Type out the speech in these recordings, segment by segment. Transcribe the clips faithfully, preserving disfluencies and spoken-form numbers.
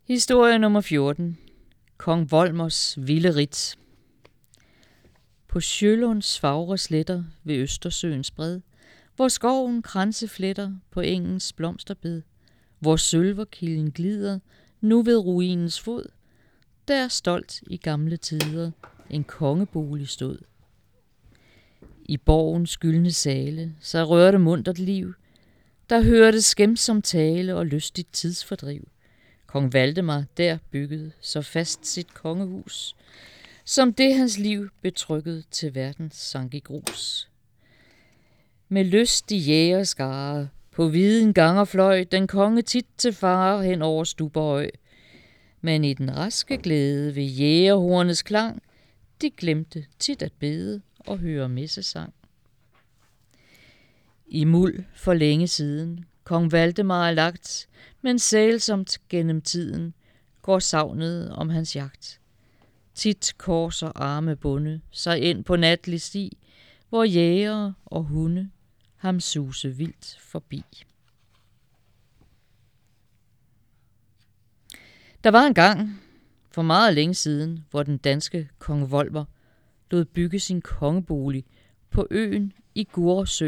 Historie nummer fjorten. Kong Volmers vilde ridt. På Sjølunds fagre sletter ved Østersøens bred, hvor skoven kransefletter på engens blomsterbed, hvor sølverkilden glider nu ved ruinens fod, der stolt i gamle tider en kongebolig stod. I borgens gyldne sale, så rørte muntert liv, der hørte skæmsom tale og lystigt tidsfordriv. Kong Valdemar der byggede så fast sit kongehus, som det hans liv betrykket til verdens sank i grus. Med lystig jægerskare på viden ganger fløj den konge tit til fare hen over Stuberøj. Men i den raske glæde ved jægerhornets klang, de glemte tit at bede og høre messesang. I muld for længe siden kong Valdemar er lagt, men sælsomt gennem tiden går savnet om hans jagt. Tit kors og arme bunde sig ind på natlig sti, hvor jægere og hunde ham suse vildt forbi. Der var en gang, for meget længe siden, hvor den danske kong Volmer lod bygge sin kongebolig på øen i Guresø.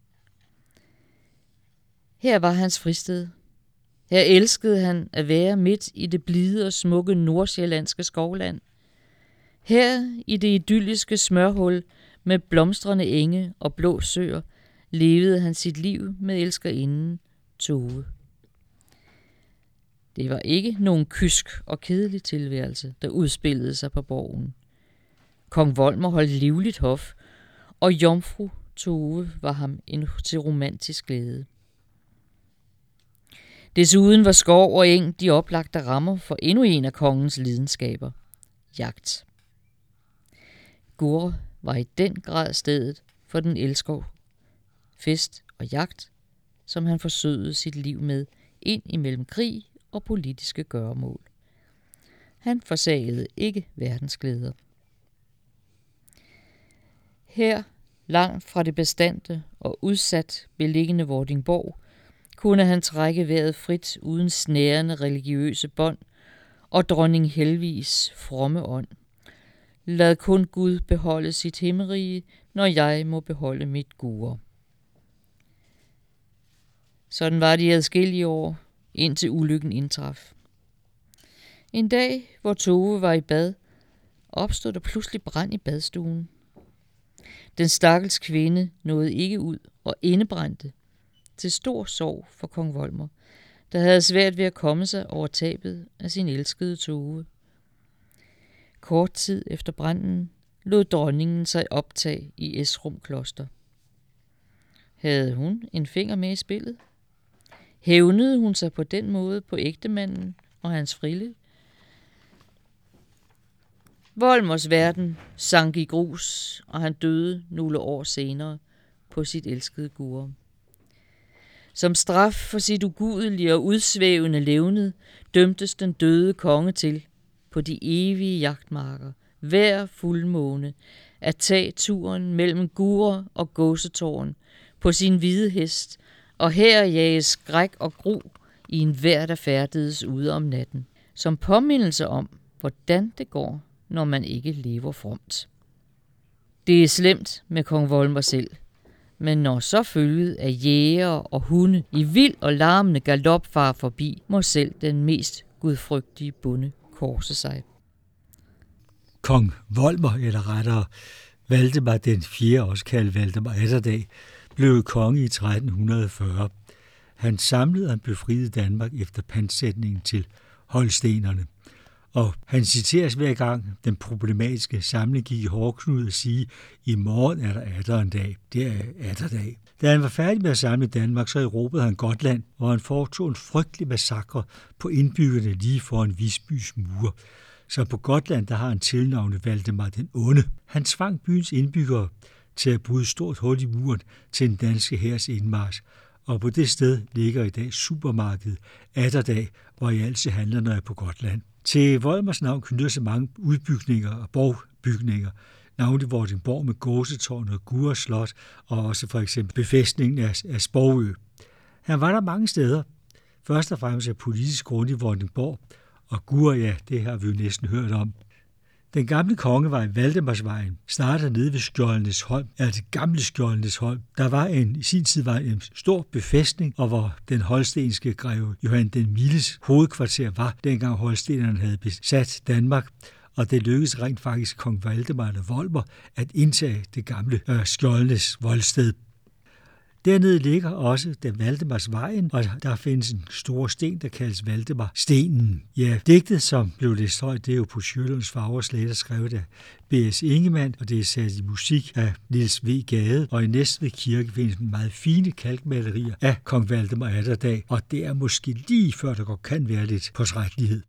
Her var hans fristed. Her elskede han at være midt i det blide og smukke nordsjællandske skovland. Her i det idylliske smørhul med blomstrende enge og blå søer levede han sit liv med elskerinden Tove. Det var ikke nogen kysk og kedelig tilværelse, der udspillede sig på borgen. Kong Volmer holdt livligt hof, og jomfru Tove var ham en til romantisk glæde. Desuden var skov og eng de oplagte rammer for endnu en af kongens lidenskaber, jagt. Gurre var i den grad stedet for den elskov, fest og jagt, som han forsøgede sit liv med ind imellem krig og politiske gøremål. Han forsagede ikke verdensglæder. Her, langt fra det bestandte og udsat beliggende Vordingborg, kunne han trække vejret frit uden snærende religiøse bånd og dronning Helvigs fromme ånd. Lad kun Gud beholde sit himmerige, når jeg må beholde mit Gurre. Sådan var det i adskillige år, indtil ulykken indtraf. En dag, hvor Tove var i bad, opstod der pludselig brand i badstuen. Den stakkels kvinde nåede ikke ud og indebrændte, til stor sorg for kong Volmer, der havde svært ved at komme sig over tabet af sin elskede Tove. Kort tid efter branden lod dronningen sig optage i Esrum Kloster. Havde hun en finger med i spillet? Hævnede hun sig på den måde på ægtemanden og hans frille? Volmers verden sank i grus, og han døde nogle år senere på sit elskede Gurre. Som straf for sit ugudelige og udsvævende levned dømtes den døde konge til på de evige jagtmarker hver fuldmåne at tage turen mellem Gurre og Gåsetårn på sin hvide hest og her jage skræk og gru i en hver, der færdedes ude om natten, som påmindelse om, hvordan det går, når man ikke lever fromt. Det er slemt med kong Volmer selv, men når så følget af jæger og hunde i vild og larmende galop farer forbi, må selv den mest gudfrygtige bonde korse sig. Kong Volmer, eller rettere Valdemar den fjerde, også kaldet Valdemar Atterdag, blev konge i tretten fyrre. Han samlede og befriede Danmark efter pantsætningen til holstenerne. Og han citeres hver gang den problematiske samling gik i hårdknud og sige, i morgen er der atter en dag. Det er Atterdag. Da han var færdig med at samle Danmark, så erobrede han Gotland, hvor han foretog en frygtelig massakre på indbyggerne lige foran Visbys mure. Så på Gotland, der har han tilnavnet Valdemar den Onde. Han tvang byens indbyggere til at bryde stort hul i muren til den danske hærs indmarch. Og på det sted ligger i dag supermarkedet Atterdag, hvor I altid handler, når jeg er på Gotland. Til Volmers navn knytter sig mange udbygninger og borgbygninger, navnlig Vordingborg med Gåsetårn og Gurre Slot, og også for eksempel befæstningen af, af Sprogø. Han var der mange steder, først og fremmest af politisk grund i Vordingborg, Og Guria, det har vi jo næsten hørt om. Den gamle kongevej, Valdemarsvejen, starter nede ved Skjoldenæsholm, altså det gamle Skjoldenæsholm. Der var en, i sin tid var en stor befæstning, og hvor den holstenske greve Johan den Mildes hovedkvarter var, dengang holstenerne havde besat Danmark. Og det lykkedes rent faktisk kong Valdemar af Volmer at indtage det gamle øh, Skjoldenæs voldsted. Dernede ligger også den Valdemarsvejen, og der findes en stor sten, der kaldes Valdemar-stenen. Ja, digtet, som blev læst højt, det er jo på Sjølunds Fagre Sletter, skrevet af B S Ingemann, og det er sat i musik af Niels V. Gade. Og i Næstved Kirke findes en meget fine kalkmalerier af kong Valdemar Atterdag, og det er måske lige før, der godt kan være lidt portrætlighed.